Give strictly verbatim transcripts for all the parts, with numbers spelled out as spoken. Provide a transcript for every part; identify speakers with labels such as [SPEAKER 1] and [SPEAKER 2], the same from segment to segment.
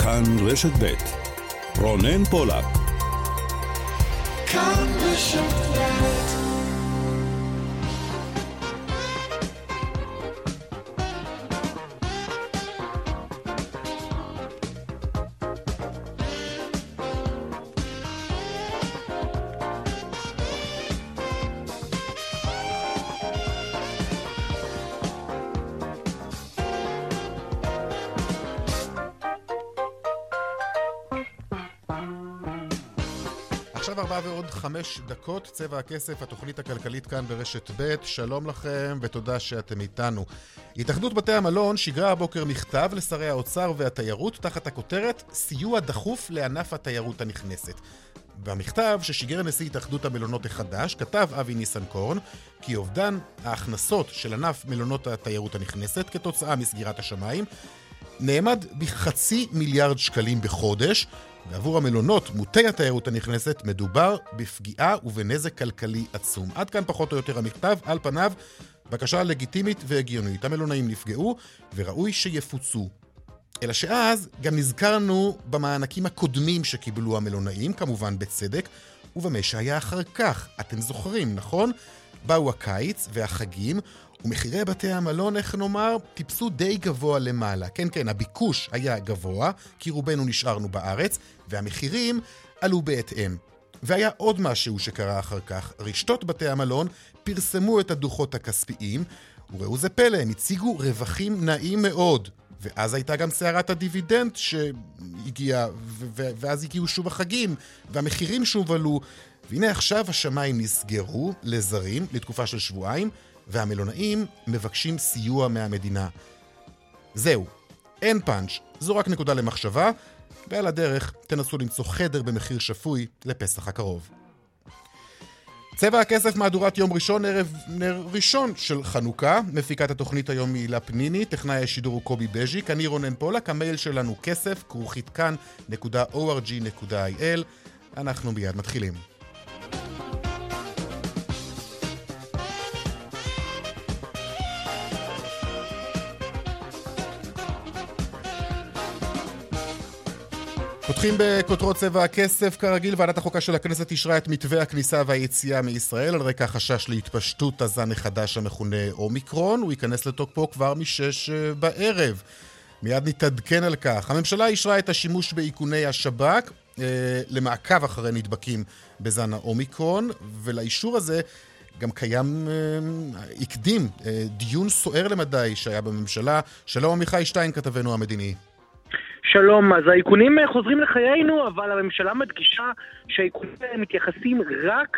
[SPEAKER 1] כאן רשת ב' רונן פולק. כאן רשת ב'.
[SPEAKER 2] עכשיו ארבע ועוד חמש דקות, צבע הכסף, התוכנית הכלכלית כאן ברשת ב'. שלום לכם ותודה שאתם איתנו. התאחדות בתי המלון שיגרה הבוקר מכתב לשרי האוצר והתיירות תחת הכותרת סיוע דחוף לענף התיירות הנכנסת. במכתב ששיגר נשיא התאחדות המלונות החדש כתב אבי ניסנקורן כי אובדן ההכנסות של ענף מלונות התיירות הנכנסת כתוצאה מסגירת השמיים נעמד בחצי מיליארד שקלים בחודש, ועבור המלונות מוטי התיירות הנכנסת מדובר בפגיעה ובנזק כלכלי עצום. עד כאן פחות או יותר המכתב, על פניו בקשה לגיטימית והגיונית. המלונאים נפגעו וראוי שיפוצו. אלא שאז גם נזכרנו במענקים הקודמים שקיבלו המלונאים, כמובן בצדק, ובמה שהיה אחר כך. אתם זוכרים, נכון? באו הקיץ והחגים, ומחירי בתי המלון, איך נאמר, טיפסו די גבוה למעלה. כן, כן, הביקוש היה גבוה, כי רובנו נשארנו בארץ, והמחירים עלו בהתאם. והיה עוד משהו שקרה אחר כך. רשתות בתי המלון פרסמו את הדוחות הכספיים, וראו זה פלא, הם הציגו רווחים נעים מאוד. ואז הייתה גם סערת הדיבידנד שהגיעה, ואז הגיעו שוב החגים, והמחירים שוב עלו. והנה עכשיו השמיים נסגרו לזרים לתקופה של שבועיים, והמלונאים מבקשים סיוע מהמדינה. זהו, אין פאנץ', זו רק נקודה למחשבה, ועל הדרך תנסו למצוא חדר במחיר שפוי לפסח הקרוב. צבע הכסף מהדורת יום ראשון, ערב נר ראשון של חנוכה. מפיקת התוכנית היום היא הילה פניני, טכנאי השידור הוא קובי בז'יק, אני רונן פולק, המייל שלנו כסף, כרוכית כאן נקודה או אר ג'י נקודה איי אל. אנחנו מיד מתחילים. פותחים בכותרות צבע הכסף. כרגיל, ועדת החוקה של הכנסת אישרה את מתווה הכניסה והיציאה מישראל על רקע חשש להתפשטות הזן החדש המכונה אומיקרון. הוא ייכנס לתוקפו כבר משש בערב. מיד נתעדכן על כך. הממשלה אישרה את השימוש באיכוני השב"כ אה, למעקב אחרי נדבקים בזן האומיקרון, ולאישור הזה גם קיים, אה, הקדים, אה, דיון סוער למדי שהיה בממשלה. שלום עמיחי שטיין, כתבנו המדיני.
[SPEAKER 3] שלום, אז האיכונים חוזרים לחיינו, אבל הממשלה מדגישה שהאיכונים מתייחסים רק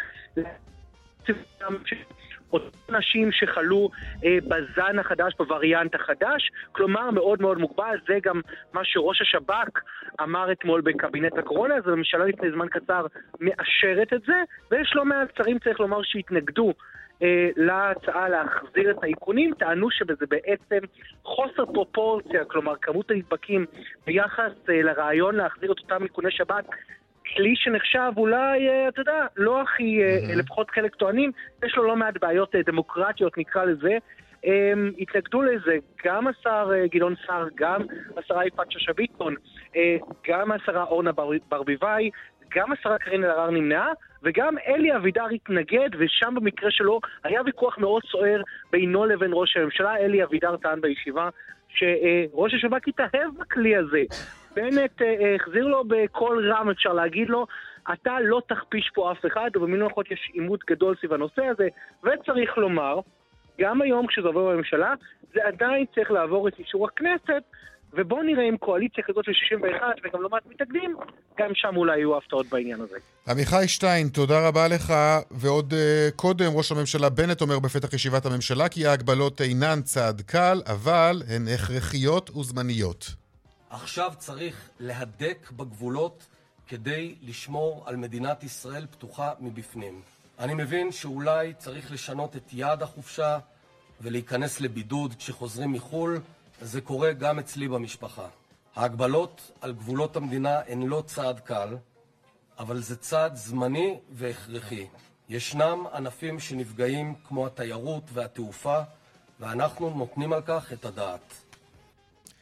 [SPEAKER 3] לאותם אנשים שחלו אה, בזן החדש, בווריאנט החדש, כלומר מאוד מאוד מוגבל. זה גם מה שראש השב"כ אמר אתמול בקבינט הקורונה, אז הממשלה לפני זמן קצר מאשרת את זה, ויש לא מעט שרים, צריך לומר, שהתנגדו להצעה להחזיר את האיכונים, טענו שבזה בעצם חוסר פרופורציה, כלומר כמות הנדבקים ביחס לרעיון להחזיר את אותם איכוני שב"כ, כלי שנחשב אולי, אתה יודע, לא הכי, mm-hmm. לפחות חלק טוענים, יש לו לא מעט בעיות דמוקרטיות, נקרא לזה. התנגדו לזה גם השר גדעון סער, גם השרה יפעת שאשא ביטון, גם השרה אורנה ברביבאי, גם השרה קארין אלהרר נמנעה, וגם אלי אבידר התנגד, ושם במקרה שלו היה ויכוח מאוד סוער בינו לבין ראש הממשלה. אלי אבידר טען בישיבה שראש השב"כ התאהב בכלי הזה. בנט החזיר לו בכל רם, אפשר להגיד לו, אתה לא תכפיש פה אף אחד, ובמילים אחרות יש עימות גדול סביב הנושא הזה, וצריך לומר, גם היום כשזה עובר בממשלה, זה עדיין צריך לעבור את אישור הכנסת, ובואו נראה עם קואליציה כזאת של שישים ואחת וגם לא מעט מתאגדים, גם שם אולי יהיו הפתעות בעניין הזה.
[SPEAKER 2] עמיחי שטיין, תודה רבה לך. ועוד uh, קודם ראש הממשלה בנט אומר בפתח ישיבת הממשלה כי ההגבלות אינן צעד קל, אבל הן הכרחיות וזמניות.
[SPEAKER 4] עכשיו צריך להדק בגבולות כדי לשמור על מדינת ישראל פתוחה מבפנים. אני מבין שאולי צריך לשנות את יעד החופשה ולהיכנס לבידוד כשחוזרים מחול, זה קורה גם אצלי במשפחה. ההגבלות על גבולות המדינה הן לא צעד קל, אבל זה צעד זמני והכרחי. ישנם ענפים שנפגעים כמו התיירות והתעופה, ואנחנו נותנים על כך את הדעת.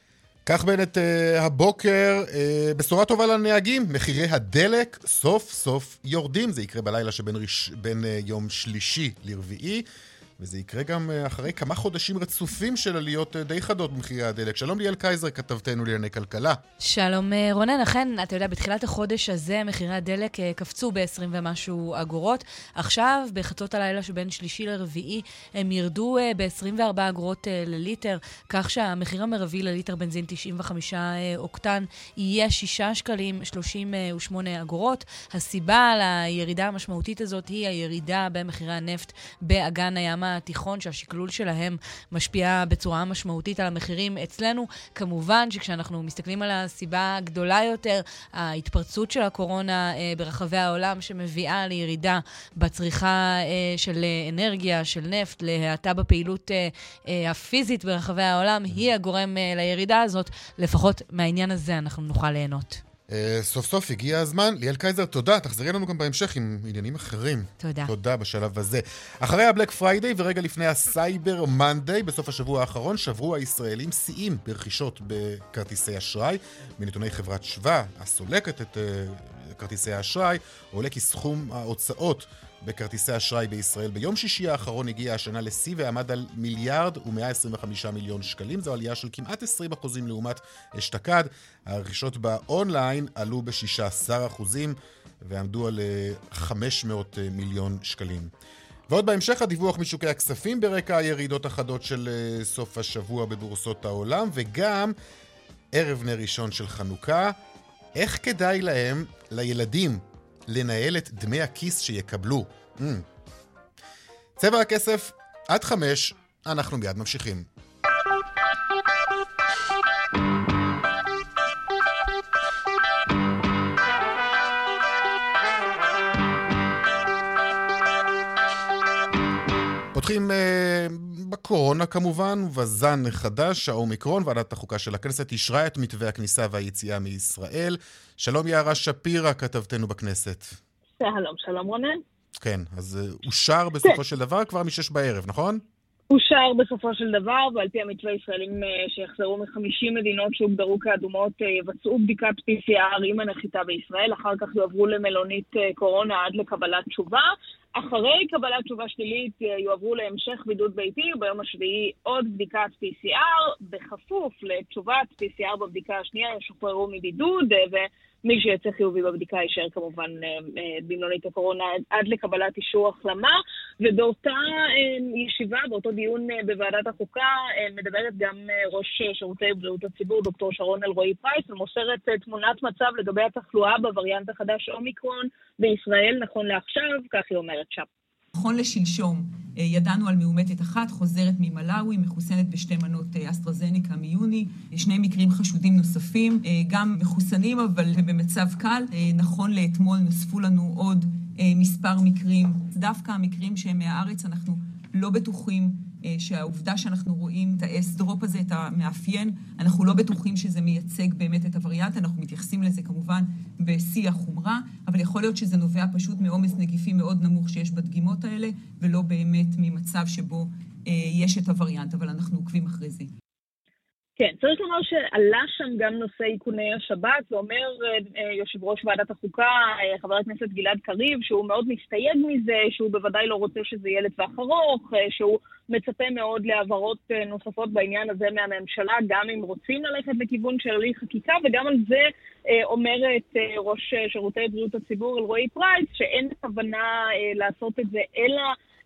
[SPEAKER 2] כך בנט uh, הבוקר, uh, בשורה טובה לנהגים, מחירי הדלק סוף סוף יורדים. זה יקרה בלילה שבין ריש... בין, uh, יום שלישי לרביעי, וזה יקרה גם uh, אחרי כמה חודשים רצופים של עליות uh, די חדות במחירי הדלק. שלום ליאל קייזר, כתבתנו לענייני כלכלה.
[SPEAKER 5] שלום רונן, אכן, אתה יודע, בתחילת החודש הזה מחירי הדלק uh, קפצו ב-עשרים ומשהו אגורות. עכשיו, בחצות הלילה שבין שלישי לרביעי, הם ירדו uh, ב-עשרים וארבע אגורות uh, לליטר, כך שהמחיר המרבי לליטר בנזין תשעים וחמישה אוקטן יהיה שישה שקלים שלושים ושמונה אגורות. הסיבה לירידה המשמעותית הזאת היא הירידה במחירי הנפט באגן הים התיכון, שהשקלול שלהם משפיע בצורה משמעותית על המחירים אצלנו. כמובן שכשאנחנו מסתכלים על הסיבה הגדולה יותר, ההתפרצות של הקורונה ברחבי העולם שמביאה לירידה בצריכה של אנרגיה, של נפט, להאטה בפעילות הפיזית ברחבי העולם, היא הגורם לירידה הזאת. לפחות מהעניין הזה אנחנו נוכל ליהנות.
[SPEAKER 2] סוף סוף הגיע הזמן. ליאל קייזר, תודה. תחזרי לנו גם בהמשך עם עניינים אחרים.
[SPEAKER 5] תודה.
[SPEAKER 2] תודה בשלב הזה. אחרי הבלק פריידיי ורגע לפני הסייבר מנדיי, בסוף השבוע האחרון שברו הישראלים שיאים ברכישות בכרטיסי אשראי. מנתוני חברת שווה, הסולקת את uh, כרטיסי האשראי, עולה כי סכום ההוצאות בכרטיסי אשראי בישראל ביום שישי האחרון הגיע השנה לשיא ועמד על מיליארד ומאה עשרים וחמישה מיליון שקלים. זו עלייה של כמעט עשרים אחוזים לעומת אשתקד. הרכישות באונליין עלו ב-שישה עשר אחוזים ועמדו על חמש מאות מיליון שקלים. ועוד בהמשך הדיווח משוקי הכספים ברקע הירידות החדות של סוף השבוע בבורסות העולם, וגם ערב נר ראשון של חנוכה. איך כדאי להם, לילדים, לנהל את דמי הכיס שיקבלו? Mm. צבע הכסף עד חמש, אנחנו מיד ממשיכים. פותחים uh, בקורונה כמובן, ובזן חדש, האומיקרון. ועדת החוקה של הכנסת אישרה את מתווה הכניסה והיציאה מישראל. שלום יערה שפירא, כתבתנו בכנסת.
[SPEAKER 6] שלום, שלום רונן.
[SPEAKER 2] כן, אז uh, אושר בסופו כן. של דבר כבר משש בערב, נכון?
[SPEAKER 6] אושר בסופו של דבר, ועל פי המתווה ישראלים שיחזרו מ-חמישים מדינות שהוגדרו כאדומות יבצעו בדיקת פי סי אר עם הנחיתה בישראל, אחר כך יועברו למלונית קורונה עד לקבלת תשובה. אחרי קבלת תשובה שלילית יועברו להמשך בידוד ביתי, וביום השביעי עוד בדיקת פי סי אר, בכפוף לתשובת פי סי אר בבדיקה השנייה ישוחררו מבידוד, ומי שיצא חיובי בבדיקה יישאר כמובן במלונית הקורונה עד לקבלת אישור החלמה. ובאותה ישיבה, באותו דיון בוועדת החוקה, מדברת גם ראש שירותי בריאות הציבור, דוקטור שרון אלרועי פרייס, ומוסרת תמונת מצב לגבי התחלואה בווריאנט החדש אומיקרון בישראל נכון לעכשיו, כך היא אומרת שם.
[SPEAKER 7] נכון לשלשום, ידענו על מאומתת אחת, חוזרת ממלאווי, מחוסנת בשתי מנות אסטרזניקה מיוני, שני מקרים חשודים נוספים, גם מחוסנים אבל במצב קל. נכון לאתמול נוספו לנו עוד מספר מקרים, דווקא המקרים שהם מהארץ אנחנו לא בטוחים שהעובדה שאנחנו רואים את האס-דרופ הזה, את המאפיין, אנחנו לא בטוחים שזה מייצג באמת את הווריאנט, אנחנו מתייחסים לזה כמובן בשיא החומרה, אבל יכול להיות שזה נובע פשוט מעומס נגיפי מאוד נמוך שיש בדגימות האלה, ולא באמת ממצב שבו אה, יש את הווריאנט, אבל אנחנו עוקבים אחרי זה.
[SPEAKER 6] כן, צריך לומר שעלה שם גם נושא איכוני השב"כ, ואומר יושב ראש ועדת החוקה, חבר הכנסת גלעד קריב, שהוא מאוד מסתייג מזה, שהוא בוודאי לא רוצה שזה יהיה לטווח ארוך, שהוא מצפה מאוד להעברות נוספות בעניין הזה מהממשלה, גם אם רוצים ללכת לכיוון של הליך חקיקה, וגם על זה אומרת ראש שירותי בריאות הציבור אלרועי פרייס, שאין כוונה לעשות את זה, אלא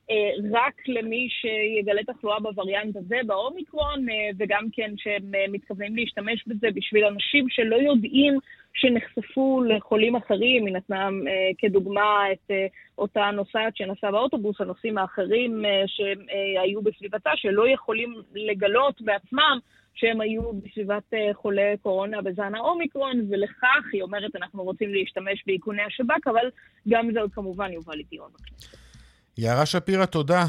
[SPEAKER 6] רק למי שיגלה תחלואה בווריאנט הזה, באומיקרון, וגם כן שהם מתכוונים להשתמש בזה בשביל אנשים שלא יודעים שנחשפו לחולים אחרים. היא נתנה כדוגמה את אותה נוסעת שנסעה באוטובוס, הנוסעים האחרים שהיו בסביבתה, שלא יכולים לגלות בעצמם שהם היו בסביבת חולי קורונה בזן האומיקרון, ולכך היא אומרת אנחנו רוצים להשתמש באיכוני השב"כ, אבל גם זה כמובן יובא לדיון בכנסת.
[SPEAKER 2] יערה שפירא, תודה.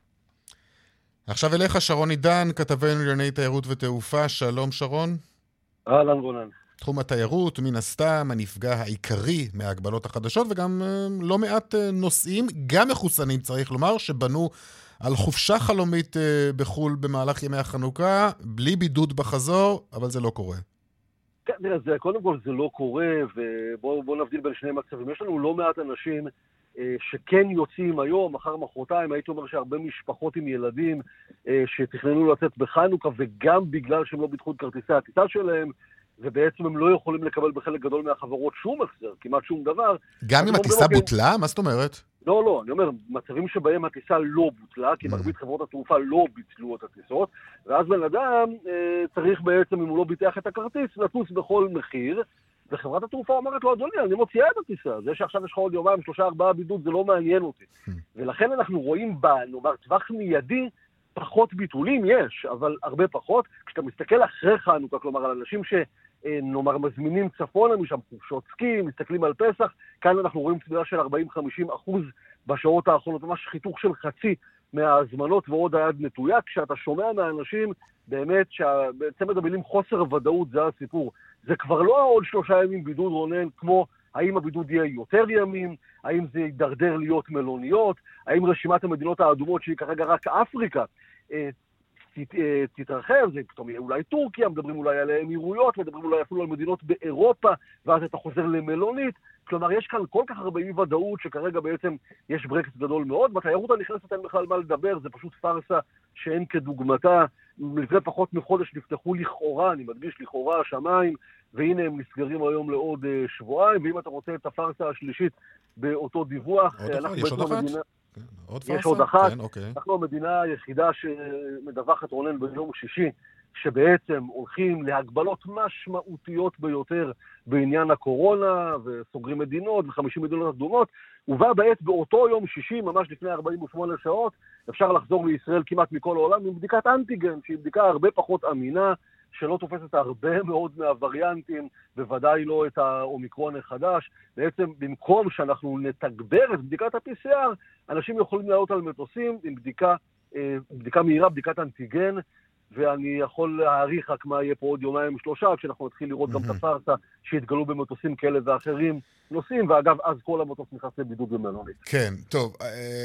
[SPEAKER 2] עכשיו אליך שרון עידן, כתבנו לענייני תיירות ותעופה. שלום שרון.
[SPEAKER 8] אהלן רונן.
[SPEAKER 2] תחום התיירות מן הסתם הנפגע העיקרי מההגבלות החדשות, וגם לא מעט נושאים, גם מחוסנים צריך לומר, שבנו על חופשה חלומית בחול במהלך ימי החנוכה, בלי בידוד בחזור, אבל זה לא קורה.
[SPEAKER 8] כן, זה, קודם כל זה לא קורה, ובואו נבדיל בין שני מצבים. יש לנו לא מעט אנשים שכן יוצאים היום, מחר מחרתיים, הייתי אומר שהרבה משפחות עם ילדים שתכננו לצאת בחנוכה, וגם בגלל שהם לא ביטחו את כרטיסי הטיסה שלהם, ובעצם הם לא יכולים לקבל בחלק גדול מהחברות שום החזר, כמעט שום דבר.
[SPEAKER 2] גם אם הטיסה בוטלה? מה זאת אומרת?
[SPEAKER 8] לא, לא, אני אומר, מצבים שבהם הטיסה לא בוטלה, כי מרבית חברות התעופה לא ביטלו את הטיסות, ואז בן אדם אה, צריך בעצם, אם הוא לא ביטח את הכרטיס, לטוס בכל מחיר, וחברת התעופה אומרת לו, אדוני, אני מוציאה את הטיסה, זה שעכשיו יש לך עוד יומיים, שלושה, ארבעה בידוד, זה לא מעניין אותי. ולכן אנחנו רואים בה, נאמר, טווח מיידי, פחות ביטולים יש, אבל הרבה פחות. כשאתה מסתכל אחרי חנוכה, כלומר, על אנשים ש... נאמר, מזמינים צפונה משם חופשות סקי, מסתכלים על פסח, כאן אנחנו רואים צבירה של ארבעים עד חמישים אחוז בשעות האחרונות, ממש חיתוך של חצי מההזמנות ועוד היד נטויה, כשאתה שומע מהאנשים באמת שבצמד המילים חוסר ודאות זה הסיפור. זה כבר לא עוד שלושה ימים בידוד רונן, כמו האם הבידוד יהיה יותר ימים, האם זה יידרדר להיות מלוניות, האם רשימת המדינות האדומות שהיא כרגע רק אפריקה, תתרחב, זה פתאום יהיה אולי טורקיה, מדברים אולי על האמירויות, מדברים אולי אפילו על מדינות באירופה, ואז אתה חוזר למלונית. כלומר, יש כאן כל כך הרבה אי-ודאות שכרגע בעצם יש ברקס גדול מאוד. בתיירות הנכנסת אין בכלל מה לדבר, זה פשוט פרסה שאין כדוגמתה. לפני פחות מחודש נפתחו לכאורה, אני מדגיש לכאורה השמיים, והנה הם נסגרים היום לעוד שבועיים, ואם אתה רוצה את הפרסה השלישית באותו דיווח,
[SPEAKER 2] יש עוד אחת?
[SPEAKER 8] יש עוד אחת. אנחנו המדינה היחידה שמדווחת רונן ביום שישי, שבעצם הולכים להגבלות משמעותיות ביותר בעניין הקורונה, וסוגרים מדינות ו-חמישים מדינות אדומות, ובה בעת באותו יום שישי, ממש לפני ארבעים ושמונה שעות, אפשר לחזור לישראל כמעט מכל העולם עם בדיקת אנטיגן, שהיא בדיקה הרבה פחות אמינה, שלא תופסת הרבה מאוד מהווריאנטים, בוודאי לא את האומיקרון החדש. בעצם במקום שאנחנו נתגבר את בדיקת ה-פי סי אר, אנשים יכולים לעלות על מטוסים עם בדיקה, בדיקה מהירה, בדיקת אנטיגן, ואני יכול להעריך רק מה יהיה פה עוד יומיים שלושה, כשאנחנו נתחיל לראות גם את הפרסה שהתגלו במטוסים כאלה ואחרים נוסעים, ואגב, אז כל המטוס נכנס לבידוד במלונית.
[SPEAKER 2] כן, טוב.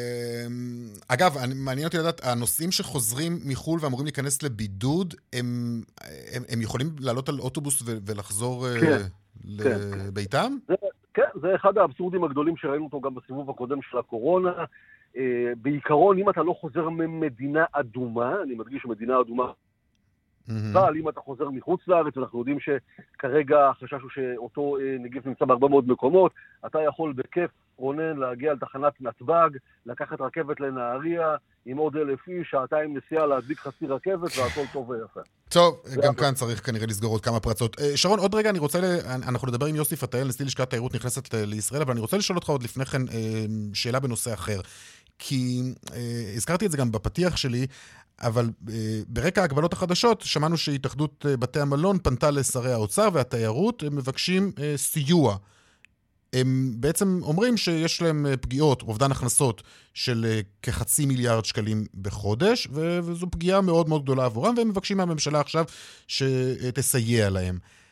[SPEAKER 2] אגב, מעניין אותי לדעת, הנוסעים שחוזרים מחול ואמורים להיכנס לבידוד, הם, הם, הם יכולים לעלות על אוטובוס ולחזור כן, לביתם?
[SPEAKER 8] כן. זה, כן, זה אחד האבסורדים הגדולים שראינו אותו גם בסיבוב הקודם של הקורונה. בעיקרון, אם אתה לא חוזר ממדינה אדומה, אני מדגיש מדינה אדומה, אבל אם אתה חוזר מחוץ לארץ, אנחנו יודעים שכרגע החשש הוא שאותו נגיף נמצא בהרבה מאוד מקומות, אתה יכול בכיף, רונן, להגיע לתחנת נתב"ג, לקחת רכבת לנהריה, עם עוד אלף איש, שעתיים נסיעה להדליק חצי רכבת, והכל טוב ויפה.
[SPEAKER 2] טוב, גם כאן צריך כנראה לסגור עוד כמה פרצות. שרון, עוד רגע אני רוצה, אנחנו נדבר עם יוסי פתאל, נשיא לשכת תיירות נכנסת לישראל, אבל אני רוצה לשאול אותך עוד לפני כן שאלה בנושא אחר. כי אה, הזכרתי את זה גם בפתיח שלי, אבל אה, ברקע ההגבלות החדשות שמענו שהתאחדות אה, בתי המלון פנתה לשרי האוצר והתיירות, הם מבקשים אה, סיוע. הם בעצם אומרים שיש להם אה, פגיעות, אובדן הכנסות של אה, כחצי מיליארד שקלים בחודש, ו- וזו פגיעה מאוד מאוד גדולה עבורם, והם מבקשים מהממשלה עכשיו שתסייע להם.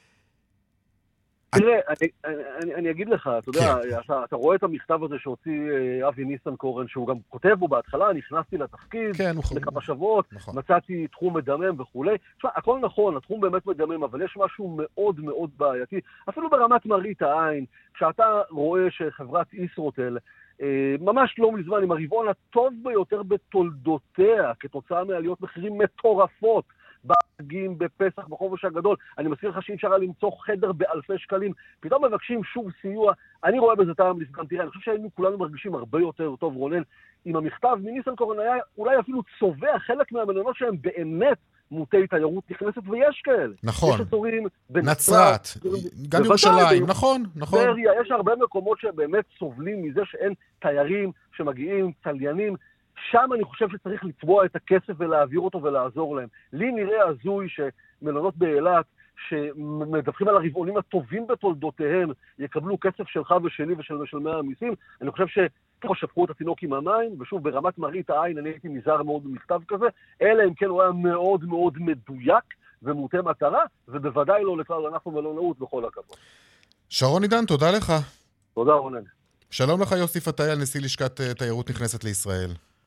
[SPEAKER 8] תראה, אני, אני, אני אגיד לך, אתה יודע, אתה, אתה רואה את המכתב הזה שהוציא אבי ניסנקורן, שהוא גם כותב בו בהתחלה, נכנסתי לתפקיד,
[SPEAKER 2] כן,
[SPEAKER 8] לכמה שבועות, נכון. מצאתי תחום מדמם וכו'. תשמע, הכל נכון, התחום באמת מדמם, אבל יש משהו מאוד מאוד בעייתי, אפילו ברמת מראית העין, כשאתה רואה שחברת ישרוטל, ממש לא מזמן, עם הרבעון הטוב ביותר בתולדותיה, כתוצאה מעליות מחירים מטורפות, בחגים, בפסח, בחופש הגדול, אני מזכיר לך שאי אפשר למצוא חדר באלפי שקלים, פתאום מבקשים שוב סיוע, אני רואה בזה טעם לפגם. תראה, אני חושב שהיינו כולנו מרגישים הרבה יותר טוב, רונן, עם המכתב מניסנקורן היה אולי אפילו צובע חלק מהמלונות שהם באמת מוטי תיירות נכנסת, ויש כאלה.
[SPEAKER 2] נכון.
[SPEAKER 8] יש אזורים
[SPEAKER 2] נצרת, גם ירושלים, נכון, נכון.
[SPEAKER 8] יש הרבה מקומות שבאמת סובלים מזה שאין תיירים שמגיעים, צליינים, שם אני חושב שצריך לצבוע את הכסף ולהעביר אותו ולעזור להם. לי נראה הזוי שמלונות באילת, שמדווחים על הרבעונים הטובים בתולדותיהם, יקבלו כסף שלך ושלי ושל משלמי המיסים. אני חושב שככה שפכו את התינוק עם המים, ושוב, ברמת מראית העין אני הייתי נזהר מאוד במכתב כזה, אלא אם כן הוא היה מאוד מאוד מדויק ומוטה מטרה, ובוודאי לא לכלל ענף המלונאות בכל הכבוד.
[SPEAKER 2] שרון עידן, תודה לך.
[SPEAKER 8] תודה רונן.
[SPEAKER 2] שלום לך יוסי פתאל, נשיא לשכת תיירות נכנסת לישראל.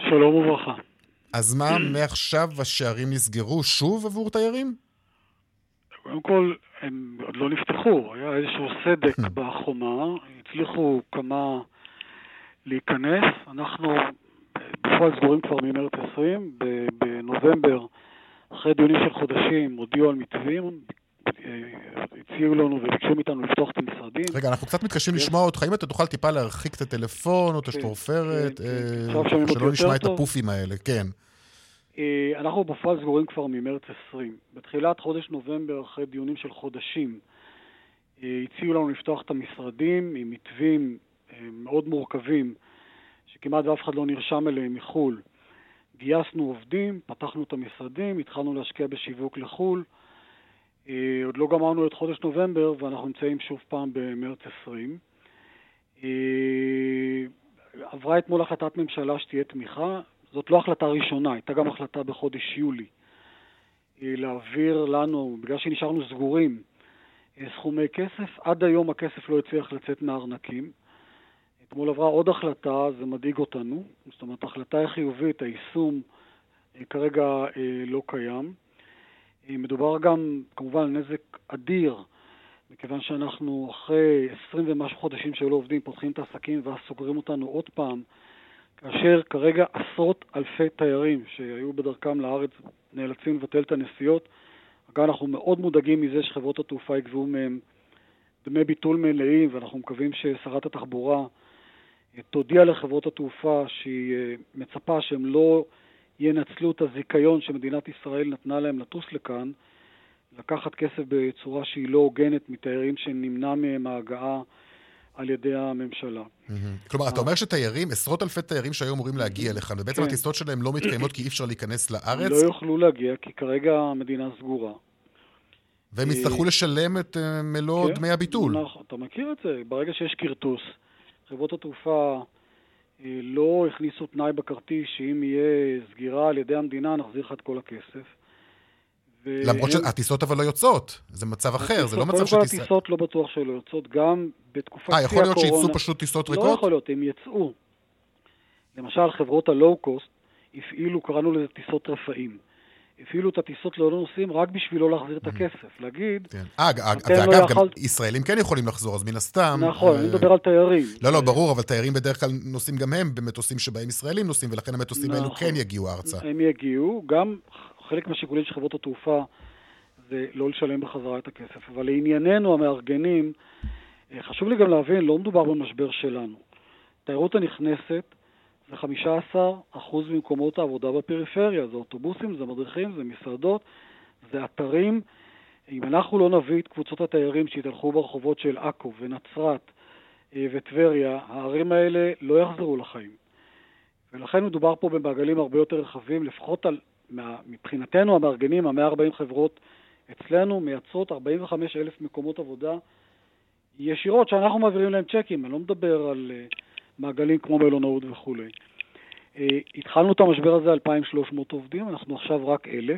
[SPEAKER 9] שלום וברכה.
[SPEAKER 2] אז מה, מעכשיו השערים נסגרו שוב עבור תיירים?
[SPEAKER 9] קודם כל, הם עוד לא נפתחו. היה איזשהו סדק בחומה. הצליחו כמה להיכנס. אנחנו בפועל סגורים כבר ממרץ עשרים. בנובמבר, אחרי דיונים של חודשים, הודיעו על מתווים. הציעו לנו וביקשו מאיתנו לפתוח את המשרדים.
[SPEAKER 2] רגע, אנחנו קצת מתקשים לשמוע אותך. אם אתה תוכל טיפה להרחיק את הטלפון או את השפורפרת, שלא נשמע את הפופים האלה. כן.
[SPEAKER 9] אנחנו בפועל סגורים כבר ממרץ עשרים. בתחילת חודש נובמבר, אחרי דיונים של חודשים, הציעו לנו לפתוח את המשרדים עם מתווים מאוד מורכבים, שכמעט אף אחד לא נרשם אליהם מחול. גייסנו עובדים, פתחנו את המשרדים, התחלנו להשקיע בשיווק לחול. עוד לא גמרנו את חודש נובמבר, ואנחנו נמצאים שוב פעם במרץ עשרים. עברה אתמול החלטת ממשלה שתהיה תמיכה. זאת לא החלטה ראשונה, הייתה גם החלטה בחודש יולי. להעביר לנו, בגלל שנשארנו סגורים, סכומי כסף. עד היום הכסף לא הצליח לצאת מהארנקים. אתמול עברה עוד החלטה, זה מדאיג אותנו. זאת אומרת, ההחלטה היא חיובית, היישום כרגע לא קיים. מדובר גם, כמובן, על נזק אדיר, מכיוון שאנחנו אחרי עשרים ומשהו חודשים שלא עובדים, פותחים את העסקים ואז סוגרים אותנו עוד פעם, כאשר כרגע עשרות אלפי תיירים שהיו בדרכם לארץ נאלצים לבטל את הנסיעות. אגב, אנחנו מאוד מודאגים מזה שחברות התעופה יגבו מהם דמי ביטול מלאים, ואנחנו מקווים ששרת התחבורה תודיע לחברות התעופה שהיא מצפה שהם לא ינצלו את הזיכיון שמדינת ישראל נתנה להם לטוס לכאן, לקחת כסף בצורה שהיא לא הוגנת מתיירים שנמנע מהם ההגעה על ידי הממשלה.
[SPEAKER 2] כלומר, אתה אומר שתיירים, עשרות אלפי תיירים שהיו אמורים להגיע לכאן, ובעצם הטיסות שלהם לא מתקיימות כי אי אפשר להיכנס לארץ?
[SPEAKER 9] לא יוכלו להגיע, כי כרגע המדינה סגורה.
[SPEAKER 2] והם יצטרכו לשלם את מלוא דמי הביטול.
[SPEAKER 9] נכון, אתה מכיר את זה. ברגע שיש כרטוס, חברות התעופה לא הכניסו תנאי בכרטיס שאם יהיה סגירה על ידי המדינה, נחזיר לך את כל הכסף.
[SPEAKER 2] למרות שהטיסות אבל לא יוצאות, זה מצב אחר, זה לא מצב
[SPEAKER 9] שטיסות. כל הטיסות לא בטוח שלא יוצאות, גם בתקופת
[SPEAKER 2] אה, יכול להיות שיצאו פשוט טיסות ריקות?
[SPEAKER 9] לא יכול להיות, הם יצאו. למשל, חברות הלואו-קוסט הפעילו, קראנו לזה טיסות רפאים. הפעילו את הטיסות לא נוסעים רק בשביל לא להחזיר את הכסף. להגיד...
[SPEAKER 2] ואגב, גם ישראלים כן יכולים לחזור, אז מן הסתם...
[SPEAKER 9] נכון, אני מדבר על תיירים.
[SPEAKER 2] לא, לא, ברור, אבל תיירים בדרך כלל נוסעים גם הם במטוסים שבהם ישראלים נוסעים, ולכן המטוסים האלו כן יגיעו ארצה.
[SPEAKER 9] הם יגיעו, גם חלק מהשיקולים של חברות התעופה זה לא לשלם בחזרה את הכסף. אבל לענייננו, המארגנים, חשוב לי גם להבין, לא מדובר במשבר שלנו. תיירות הנכנסת זה חמישה עשר אחוז ממקומות העבודה בפריפריה. זה אוטובוסים, זה מדריכים, זה מסעדות, זה אתרים. אם אנחנו לא נביא את קבוצות התיירים שהתהלכו ברחובות של עכו ונצרת וטבריה, הערים האלה לא יחזרו לחיים. ולכן מדובר פה במעגלים הרבה יותר רחבים, לפחות על, מבחינתנו המארגנים, ה-מאה וארבעים חברות אצלנו מייצרות ארבעים וחמישה אלף מקומות עבודה ישירות שאנחנו מעבירים להם צ'קים. אני לא מדבר על מעגלים כמו מלונאות וכו'. התחלנו את המשבר הזה אלפיים ושלוש מאות עובדים, אנחנו עכשיו רק אלף.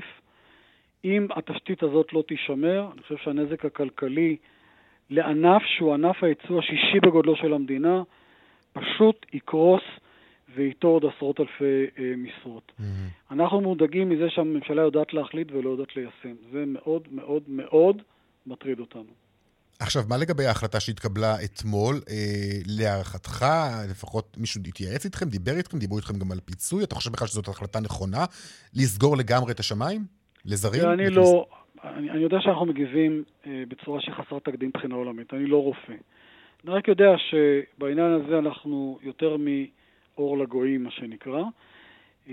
[SPEAKER 9] אם התשתית הזאת לא תישמר, אני חושב שהנזק הכלכלי לענף שהוא ענף הייצוא השישי בגודלו של המדינה, פשוט יקרוס ואיתו עוד עשרות אלפי אה, משרות. Mm-hmm. אנחנו מודאגים מזה שהממשלה יודעת להחליט ולא יודעת ליישם. זה מאוד מאוד מאוד מטריד אותנו.
[SPEAKER 2] עכשיו, מה לגבי ההחלטה שהתקבלה אתמול? אה, להערכתך, לפחות מישהו התייעץ איתכם, דיבר איתכם, דיברו איתכם גם על פיצוי? אתה חושב בכלל שזאת החלטה נכונה? לסגור לגמרי את השמיים? לזרים?
[SPEAKER 9] אני לא... אני, אני יודע שאנחנו מגיבים אה, בצורה שחסרת תקדים מבחינה עולמית. אני לא רופא. אני רק יודע שבעניין הזה אנחנו יותר מאור לגויים, מה שנקרא. אה,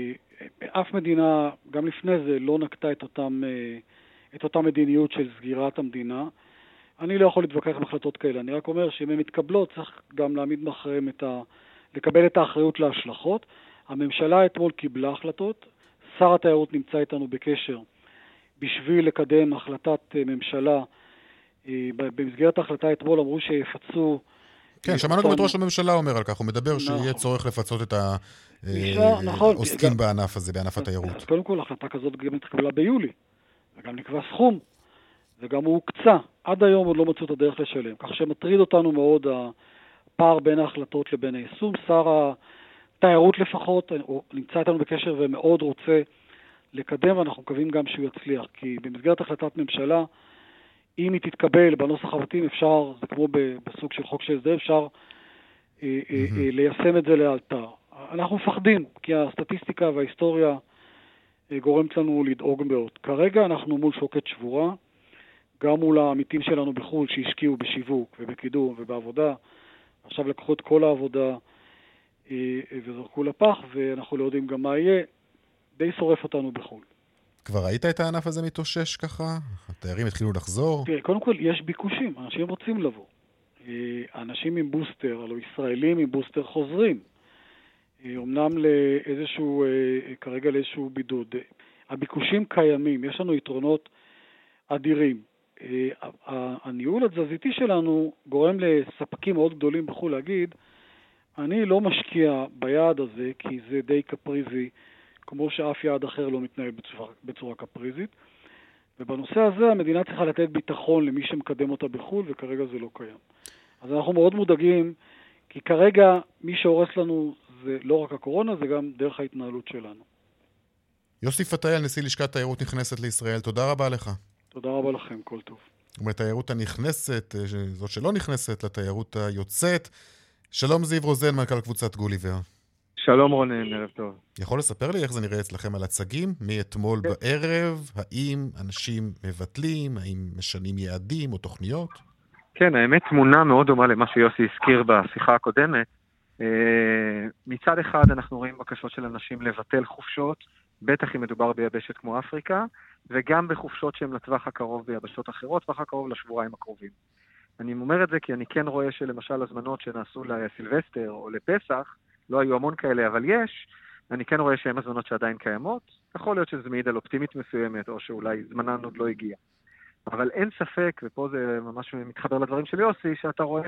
[SPEAKER 9] אף מדינה, גם לפני זה, לא נקטה את אותם, אה, את אותה מדיניות של סגירת המדינה. אני לא יכול להתווכח עם החלטות כאלה. אני רק אומר שאם הן מתקבלות, צריך גם להעמיד מאחוריהם את ה... לקבל את האחריות להשלכות. הממשלה אתמול קיבלה החלטות. שר התיירות נמצא איתנו בקשר בשביל לקדם החלטת ממשלה. במסגרת ההחלטה אתמול אמרו שיפצו...
[SPEAKER 2] כן, שמענו גם את ראש הממשלה אומר על כך. הוא מדבר שיהיה צורך לפצות את העוסקים בענף הזה, בענף התיירות.
[SPEAKER 9] אז קודם כל, החלטה כזאת גם התקבלה ביולי. וגם נקבע סכום. וגם הוא הוקצה. עד היום עוד לא מצאו את הדרך לשלם. כך שמטריד אותנו מאוד הפער בין ההחלטות לבין היישום. שר התיירות לפחות, הוא נמצא איתנו בקשר ומאוד רוצה לקדם, ואנחנו מקווים גם שהוא יצליח, כי במסגרת החלטת ממשלה, אם היא תתקבל בנוסח המתאים, אפשר, זה כמו בסוג של חוק שהסדר, אפשר אה, אה, אה, ליישם את זה לאלתר. אנחנו מפחדים, כי הסטטיסטיקה וההיסטוריה אה, גורמת לנו לדאוג מאוד. כרגע אנחנו מול שוקת שבורה, גם מול העמיתים שלנו בחו"ל שהשקיעו בשיווק ובקידום ובעבודה, עכשיו לקחו את כל העבודה אה, וזרקו לפח, ואנחנו לא יודעים גם מה יהיה, די שורף אותנו בחו"ל.
[SPEAKER 2] כבר ראית את הענף הזה מתאושש ככה? התיירים התחילו לחזור?
[SPEAKER 9] תראה, קודם כל יש ביקושים, אנשים רוצים לבוא. אנשים עם בוסטר, אלו ישראלים עם בוסטר חוזרים. אמנם לאיזשהו, כרגע לאיזשהו בידוד. הביקושים קיימים, יש לנו יתרונות אדירים. הניהול התזזיתי שלנו גורם לספקים מאוד גדולים בחו"ל להגיד, אני לא משקיע ביעד הזה כי זה די קפריזי, כמו שאף יעד אחר לא מתנהל בצורה, בצורה קפריזית. ובנושא הזה המדינה צריכה לתת ביטחון למי שמקדם אותה בחו"ל, וכרגע זה לא קיים. אז אנחנו מאוד מודאגים, כי כרגע מי שהורס לנו זה לא רק הקורונה, זה גם דרך ההתנהלות שלנו.
[SPEAKER 2] יוסי פתאל, נשיא לשכת תיירות נכנסת לישראל, תודה רבה לך.
[SPEAKER 9] תודה רבה לכם, כל טוב.
[SPEAKER 2] ובתיירות הנכנסת, זאת שלא נכנסת לתיירות היוצאת, שלום זיו רוזן, מנכ"ל קבוצת גוליבר.
[SPEAKER 10] שלום רונן, ערב טוב.
[SPEAKER 2] יכול לספר לי איך זה נראה אצלכם על הצגים? מאתמול בערב, האם אנשים מבטלים, האם משנים יעדים או תוכניות?
[SPEAKER 10] כן, האמת תמונה מאוד דומה למה שיוסי הזכיר בשיחה הקודמת. מצד אחד אנחנו רואים בקשות של אנשים לבטל חופשות, בטח אם מדובר ביבשת כמו אפריקה, וגם בחופשות שהן לטווח הקרוב ביבשות אחרות, טווח הקרוב לשבועיים הקרובים. אני אומר את זה כי אני כן רואה שלמשל הזמנות שנעשו לסילבסטר או לפסח, לא היו המון כאלה, אבל יש, אני כן רואה שהן הזמנות שעדיין קיימות, יכול להיות שזה מעיד על אופטימית מסוימת, או שאולי זמנן עוד לא הגיע. אבל אין ספק, ופה זה ממש מתחבר לדברים של יוסי, שאתה רואה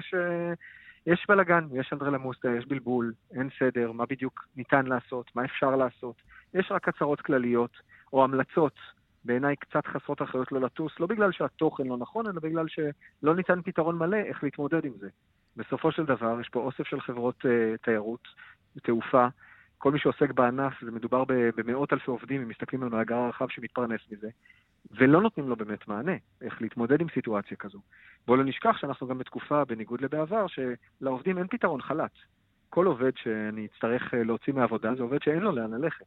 [SPEAKER 10] שיש בלגן, יש אנדרלמוסטה, יש בלבול, אין סדר, מה בדיוק ניתן לעשות, מה אפשר לעשות. יש רק הצהרות כלליות, או המלצות, בעיניי קצת חסרות אחריות לא לטוס, לא בגלל שהתוכן לא נכון, אלא בגלל שלא ניתן פתרון מלא איך להתמודד עם זה. בסופו של דבר, יש פה אוסף של חברות uh, תיירות, תעופה, כל מי שעוסק בענף, זה מדובר במאות אלפי עובדים, הם מסתכלים על מאגר הרחב שמתפרנס מזה, ולא נותנים לו באמת מענה, איך להתמודד עם סיטואציה כזו. בואו לא נשכח שאנחנו גם בתקופה, בניגוד לבעבר, שלעובדים אין פתרון חל"ת. כל עובד שאני אצטרך להוציא מהעבודה, זה עובד שאין לו לאן ללכת.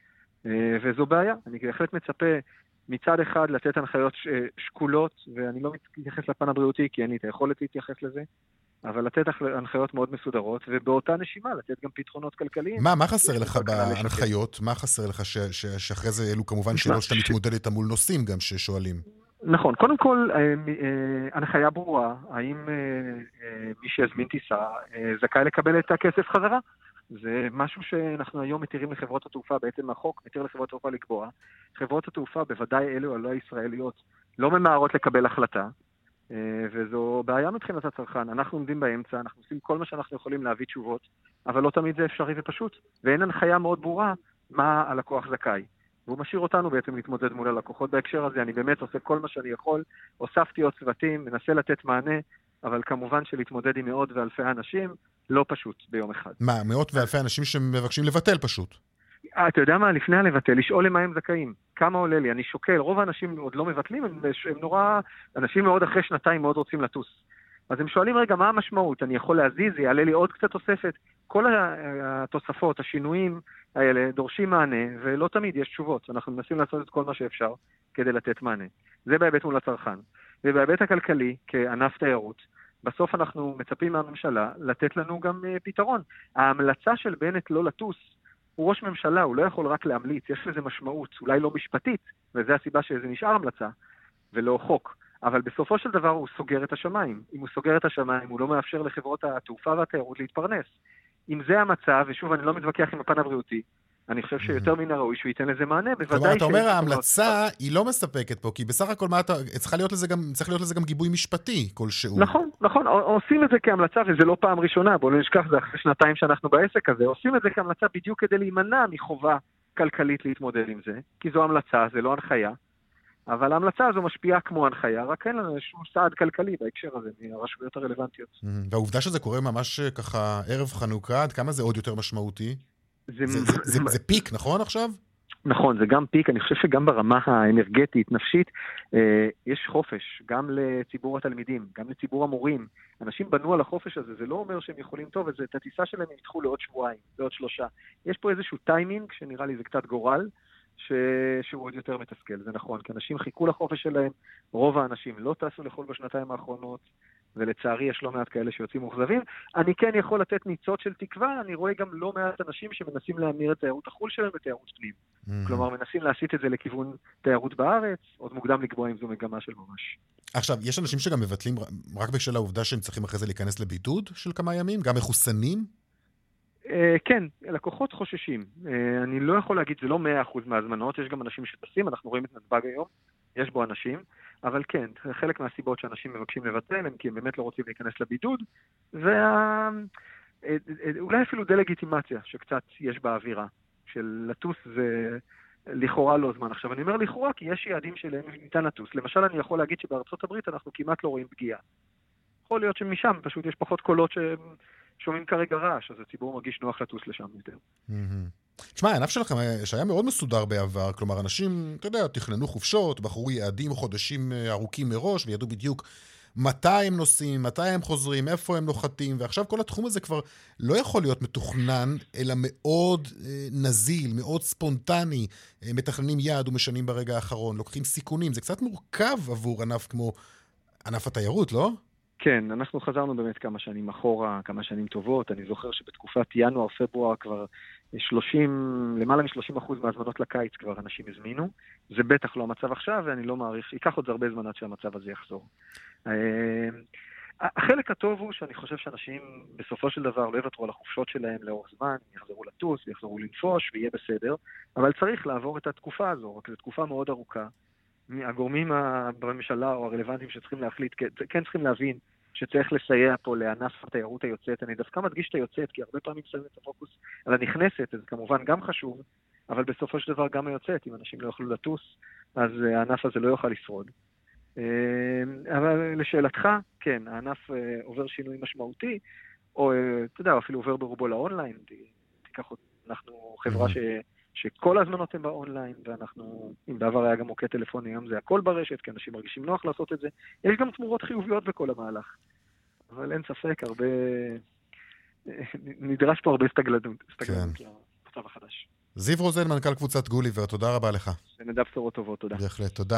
[SPEAKER 10] וזו בעיה. אני בהחלט מצפה מצד אחד לתת הנחיות שקולות, ואני לא מתייחס לפן הבריאותי, כי אין לי את היכולת להתייחס לזה, אבל לתת הנחיות מאוד מסודרות, ובאותה נשימה לתת גם פתרונות כלכליים.
[SPEAKER 2] מה, מה חסר לך בהנחיות? מה חסר לך ש, ש, שאחרי זה אלו כמובן שאלות שאתה מתמודד איתם מול נושאים גם ששואלים?
[SPEAKER 10] נכון, קודם כל, הנחיה ברורה, האם מי שיזמין טיסה זכאי לקבל את הכסף חזרה? זה משהו שאנחנו היום מתירים לחברות התעופה, בעצם החוק מתיר לחברות התעופה לקבוע. חברות התעופה, בוודאי אלו הלא הישראליות, לא ממהרות לקבל החלטה, וזו בעיה מבחינת הצרכן. אנחנו עומדים באמצע, אנחנו עושים כל מה שאנחנו יכולים להביא תשובות, אבל לא תמיד זה אפשרי ופשוט. ואין הנחיה מאוד ברורה מה הלקוח זכאי. והוא משאיר אותנו בעצם להתמודד מול הלקוחות בהקשר הזה. אני באמת עושה כל מה שאני יכול, הוספתי עוד צוותים, מנסה לתת מענה, אבל כמובן שלהתמודד עם מאות ואלפי אנשים, לא פשוט ביום אחד.
[SPEAKER 2] מה, מאות ואלפי אנשים שמבקשים לבטל פשוט?
[SPEAKER 10] אתה יודע מה, לפני הלבטל, לשאול למה הם זכאים. כמה עולה לי? אני שוקל, רוב האנשים עוד לא מבטלים, הם, הם נורא, אנשים מאוד אחרי שנתיים מאוד רוצים לטוס. אז הם שואלים רגע, מה המשמעות? אני יכול להזיז, זה יעלה לי עוד קצת תוספת. כל התוספות, השינויים האלה דורשים מענה, ולא תמיד יש תשובות. אנחנו מנסים לעשות את כל מה שאפשר כדי לתת מענה. זה בהיבט מול הצרכן. ובהיבט הכלכלי, כענף תיירות, בסוף אנחנו מצפים מהממשלה לתת לנו גם uh, פתרון. ההמלצה של בנט לא לטוס, הוא ראש ממשלה, הוא לא יכול רק להמליץ, יש לזה משמעות, אולי לא משפטית, וזה הסיבה שזה נשאר המלצה, ולא חוק. אבל בסופו של דבר הוא סוגר את השמיים. אם הוא סוגר את השמיים, הוא לא מאפשר לחברות התעופה והתיירות להתפרנס. אם זה המצב, ושוב אני לא מתווכח עם הפן הבריאותי, אני חושב שיותר מן הראוי שהוא ייתן לזה מענה.
[SPEAKER 2] כלומר, אתה אומר, ההמלצה היא לא מספקת פה, כי בסך הכל צריך להיות לזה גם גיבוי משפטי כלשהו.
[SPEAKER 10] נכון, נכון, עושים את זה כהמלצה, וזה לא פעם ראשונה, בואו לא נשכח, זה אחרי שנתיים שאנחנו בעסק הזה, עושים את זה כהמלצה בדיוק כדי להימנע מחובה כלכלית להתמודד עם זה, כי זו המלצה, זה לא הנחיה, אבל ההמלצה הזו משפיעה כמו הנחיה, רק אין לנו איזשהו סעד כלכלי בהקשר הזה, מהרשויות הרלוונטיות.
[SPEAKER 2] והעובדה שזה קורה ממש ככה ערב חנוכה, עד כמה זה עוד יותר משמעותי? זה, זה, זה, זה, זה פיק, נכון עכשיו?
[SPEAKER 10] נכון, זה גם פיק. אני חושב שגם ברמה האנרגטית, נפשית, אה, יש חופש, גם לציבור התלמידים, גם לציבור המורים. אנשים בנו על החופש הזה, זה לא אומר שהם יכולים טוב, אז את הטיסה שלהם הם ידחו לעוד שבועיים, לעוד שלושה. יש פה איזשהו טיימינג, שנראה לי זה קצת גורל, ש... שהוא עוד יותר מתסכל, זה נכון, כי אנשים חיכו לחופש שלהם, רוב האנשים לא טסו לחול בשנתיים האחרונות, ולצערי יש לא מעט כאלה שיוצאים מוחזבים. אני כן יכול לתת ניצות של תקווה, אני רואה גם לא מעט אנשים שמנסים להמיר את תיירות החול שלהם בתיירות פנים. Mm-hmm. כלומר, מנסים להסיט את זה לכיוון תיירות בארץ, עוד מוקדם לקבוע אם זו מגמה של ממש.
[SPEAKER 2] עכשיו, יש אנשים שגם מבטלים רק בשל העובדה שהם צריכים אחרי זה להיכנס לבידוד של כמה ימים, גם מחוסנים?
[SPEAKER 10] כן, לקוחות חוששים. אני לא יכול להגיד, זה לא מאה אחוז מהזמנות, יש גם אנשים שטסים, אנחנו רואים את נתב"ג היום, יש בו אנשים, אבל כן, חלק מהסיבות שאנשים מבקשים לבטל הם כי הם באמת לא רוצים להיכנס לבידוד, ואולי אפילו דה-לגיטימציה שקצת יש באווירה, של לטוס זה לכאורה לא זמן. עכשיו אני אומר לכאורה כי יש יעדים שלהם ניתן לטוס. למשל אני יכול להגיד שבארצות הברית אנחנו כמעט לא רואים פגיעה. יכול להיות שמשם פשוט יש פחות קולות שהם שומעים כרגע רעש, אז הציבור מרגיש נוח לטוס לשם יותר.
[SPEAKER 2] תשמע, הענף שלכם שהיה מאוד מסודר בעבר, כלומר, אנשים, אתה יודע, תכננו חופשות, בחרו יעדים חודשים ארוכים מראש, וידעו בדיוק מתי הם נוסעים, מתי הם חוזרים, איפה הם נוחתים, ועכשיו כל התחום הזה כבר לא יכול להיות מתוכנן, אלא מאוד נזיל, מאוד ספונטני, מתכננים יעד ומשנים ברגע האחרון, לוקחים סיכונים, זה קצת מורכב עבור ענף כמו ענף התיירות, לא?
[SPEAKER 10] כן, אנחנו חזרנו באמת כמה שנים אחורה, כמה שנים טובות. אני זוכר שבתקופת ינואר-פברואר כבר שלושים, למעלה מ-שלושים אחוז מהזמנות לקיץ כבר אנשים הזמינו. זה בטח לא המצב עכשיו, ואני לא מעריך, ייקח עוד הרבה זמן עד שהמצב הזה יחזור. החלק הטוב הוא שאני חושב שאנשים בסופו של דבר לא יוותרו על החופשות שלהם לאורך זמן, יחזרו לטוס, יחזרו לנפוש ויהיה בסדר, אבל צריך לעבור את התקופה הזו, רק זו תקופה מאוד ארוכה. הגורמים בממשלה או הרלוונטיים שצריכים להחליט, כן צריכים להבין שצריך לסייע פה לענף התיירות היוצאת. אני דווקא מדגיש את היוצאת, כי הרבה פעמים שמים את הפוקוס על הנכנסת, זה כמובן גם חשוב, אבל בסופו של דבר גם היוצאת, אם אנשים לא יוכלו לטוס, אז הענף הזה לא יוכל לשרוד. אבל לשאלתך, כן, הענף עובר שינוי משמעותי, או אתה יודע, אפילו עובר ברובו לאונליין, תיקח, אנחנו חברה ש... שכל הזמנות הן באונליין, ואנחנו, אם בעבר היה גם מוקד טלפוני, היום זה הכל ברשת, כי אנשים מרגישים נוח לעשות את זה. יש גם תמורות חיוביות בכל המהלך. אבל אין ספק, הרבה... נדרש פה הרבה סטגלנות, סטגלנות למצב החדש.
[SPEAKER 2] זיו רוזן, מנכ"ל קבוצת גוליבר, תודה רבה לך.
[SPEAKER 10] ונדע בשורות טובות, תודה.
[SPEAKER 2] בהחלט, תודה.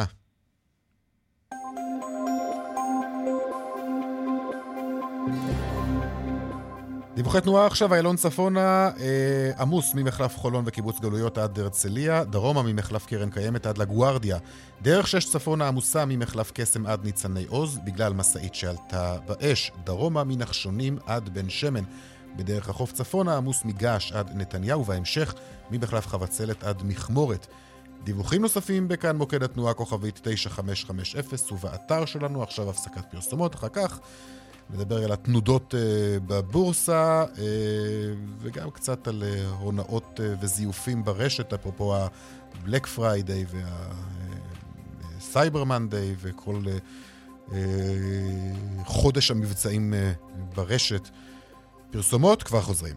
[SPEAKER 2] דיווחי תנועה עכשיו, איילון צפונה, אה, עמוס ממחלף חולון וקיבוץ גלויות עד הרצליה, דרומה ממחלף קרן קיימת עד לגוארדיה, דרך שש צפונה עמוסה ממחלף קסם עד ניצני עוז, בגלל מסעית שעלתה באש, דרומה מנחשונים עד בן שמן, בדרך החוף צפונה עמוס מגש עד נתניהו, וההמשך ממחלף חבצלת עד מכמורת. דיווחים נוספים בכאן מוקד התנועה כוכבית תשע חמש חמש אפס ובאתר שלנו, עכשיו הפסקת פרסומות, אחר כך נדבר על התנודות uh, בבורסה uh, וגם קצת על uh, הונאות uh, וזיופים ברשת, אפרופו ה-Black Friday וה-Cyber Monday וכל uh, uh, חודש המבצעים uh, ברשת. פרסומות, כבר חוזרים.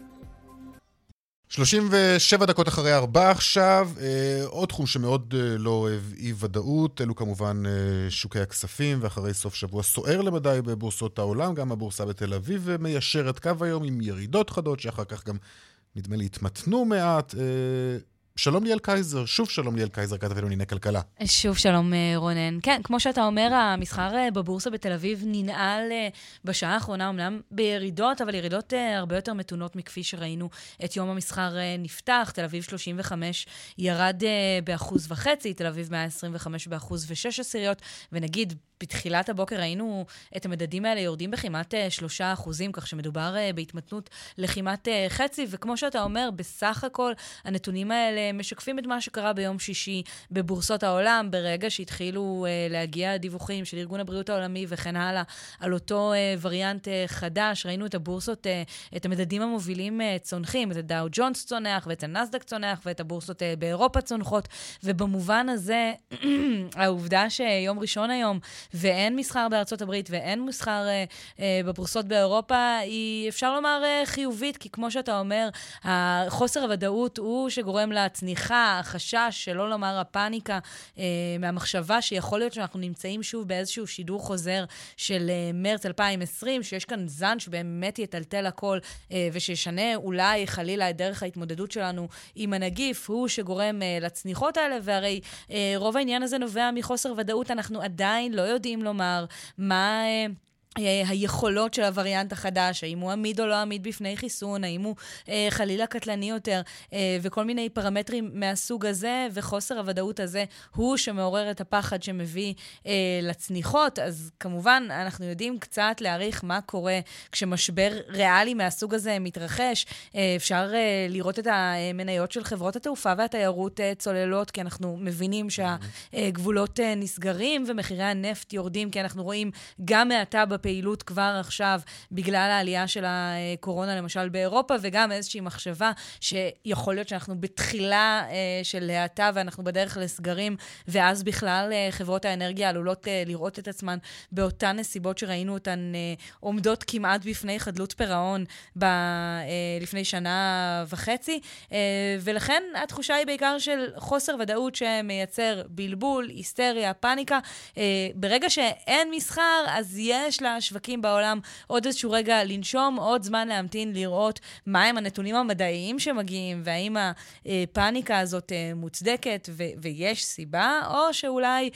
[SPEAKER 2] שלושים ושבע דקות אחרי ארבע עכשיו, אה, עוד תחום שמאוד אה, לא אוהב אי ודאות, אלו כמובן אה, שוקי הכספים, ואחרי סוף שבוע סוער למדי בבורסות העולם, גם הבורסה בתל אביב מיישרת קו היום עם ירידות חדות, שאחר כך גם נדמה לי התמתנו מעט. אה, שלום ליאל קייזר, שוב שלום ליאל קייזר, כתב לענייני כלכלה.
[SPEAKER 5] שוב שלום רונן. כן, כמו שאתה אומר, המסחר בבורסה בתל אביב ננעל בשעה האחרונה, אמנם בירידות, אבל ירידות הרבה יותר מתונות מכפי שראינו את יום המסחר נפתח. תל אביב שלושים וחמש ירד באחוז וחצי, תל אביב מאה עשרים וחמש באחוז ושש עשיריות, ונגיד בתחילת הבוקר ראינו את המדדים האלה יורדים בכמעט שלושה אחוזים, כך שמדובר בהתמתנות לכמעט חצי, וכמו שאתה אומר, בסך הכל הנתונים האלה משקפים את מה שקרה ביום שישי בבורסות העולם, ברגע שהתחילו להגיע דיווחים של ארגון הבריאות העולמי וכן הלאה, על אותו וריאנט חדש. ראינו את הבורסות, את המדדים המובילים צונחים, את הדאו ג'ונס צונח ואת הנסדק צונח ואת הבורסות באירופה צונחות, ובמובן הזה העובדה שיום ראשון היום ואין מסחר בארצות הברית ואין מסחר אה, אה, בפרוסות באירופה, היא אפשר לומר אה, חיובית, כי כמו שאתה אומר, החוסר הוודאות הוא שגורם לצניחה, החשש, שלא לומר הפאניקה, אה, מהמחשבה שיכול להיות שאנחנו נמצאים שוב באיזשהו שידור חוזר של אה, מרץ אלפיים עשרים, שיש כאן זן שבאמת יטלטל הכל, אה, ושישנה אולי חלילה את דרך ההתמודדות שלנו עם הנגיף, הוא שגורם אה, לצניחות האלה, והרי אה, רוב העניין הזה נובע מחוסר ודאות, אנחנו עדיין לא יודעים לומר מה... אה, היכולות של הווריאנט החדש, האם הוא עמיד או לא עמיד בפני חיסון, האם הוא אה, חלילה קטלני יותר, אה, וכל מיני פרמטרים מהסוג הזה, וחוסר הוודאות הזה הוא שמעורר את הפחד שמביא אה, לצניחות. אז כמובן אנחנו יודעים קצת להעריך מה קורה כשמשבר ריאלי מהסוג הזה מתרחש. אה, אפשר אה, לראות את המניות של חברות התעופה והתיירות אה, צוללות, כי אנחנו מבינים שהגבולות אה, נסגרים ומחירי הנפט יורדים, כי אנחנו רואים גם מעתה פעילות כבר עכשיו בגלל העלייה של הקורונה למשל באירופה, וגם איזושהי מחשבה שיכול להיות שאנחנו בתחילה אה, של האטה ואנחנו בדרך לסגרים, ואז בכלל אה, חברות האנרגיה עלולות אה, לראות את עצמן באותן נסיבות שראינו אותן אה, עומדות כמעט בפני חדלות פירעון ב, אה, לפני שנה וחצי, אה, ולכן התחושה היא בעיקר של חוסר ודאות שמייצר בלבול, היסטריה, פאניקה. אה, ברגע שאין מסחר, אז יש לה שווקים בעולם עוד איזשהו רגע לנשום, עוד זמן להמתין לראות מהם הנתונים המדעיים שמגיעים, והאם הפאניקה הזאת מוצדקת ו- ויש סיבה, או שאולי